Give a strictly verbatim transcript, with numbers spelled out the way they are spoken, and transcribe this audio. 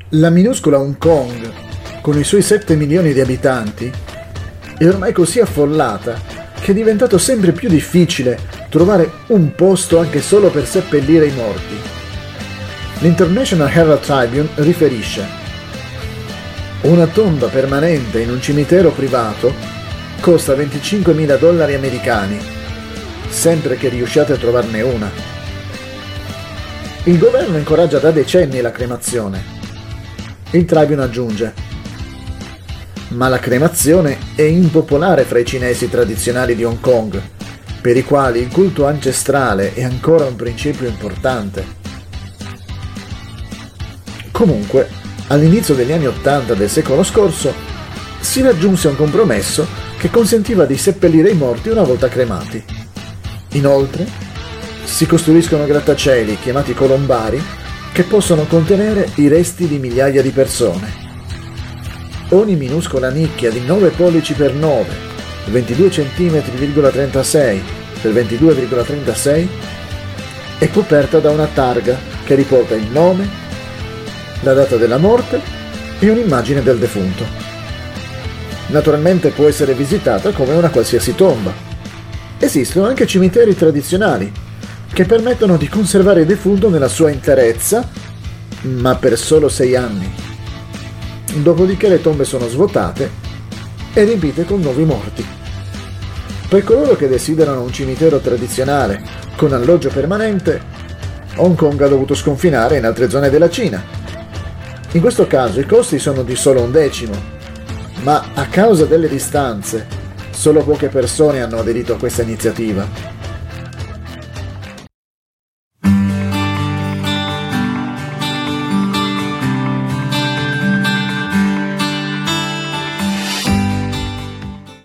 La minuscola Hong Kong, con i suoi sette milioni di abitanti, è ormai così affollata che è diventato sempre più difficile trovare un posto anche solo per seppellire i morti. L'International Herald Tribune riferisce: una tomba permanente in un cimitero privato costa venticinquemila dollari americani, sempre che riusciate a trovarne una. Il governo incoraggia da decenni la cremazione. Il Tribune aggiunge: ma la cremazione è impopolare fra i cinesi tradizionali di Hong Kong, per i quali il culto ancestrale è ancora un principio importante. Comunque, all'inizio degli anni Ottanta del secolo scorso, si raggiunse un compromesso che consentiva di seppellire i morti una volta cremati. Inoltre, si costruiscono grattacieli chiamati colombari che possono contenere i resti di migliaia di persone. Ogni minuscola nicchia di nove pollici per nove, ventidue centimetri virgola trentasei per ventidue virgola trentasei, è coperta da una targa che riporta il nome, la data della morte e un'immagine del defunto. Naturalmente può essere visitata come una qualsiasi tomba. Esistono anche cimiteri tradizionali che permettono di conservare il defunto nella sua interezza, ma per solo sei anni. Dopodiché le tombe sono svuotate e riempite con nuovi morti. Per coloro che desiderano un cimitero tradizionale con alloggio permanente, Hong Kong ha dovuto sconfinare in altre zone della Cina. In questo caso i costi sono di solo un decimo, ma a causa delle distanze, solo poche persone hanno aderito a questa iniziativa.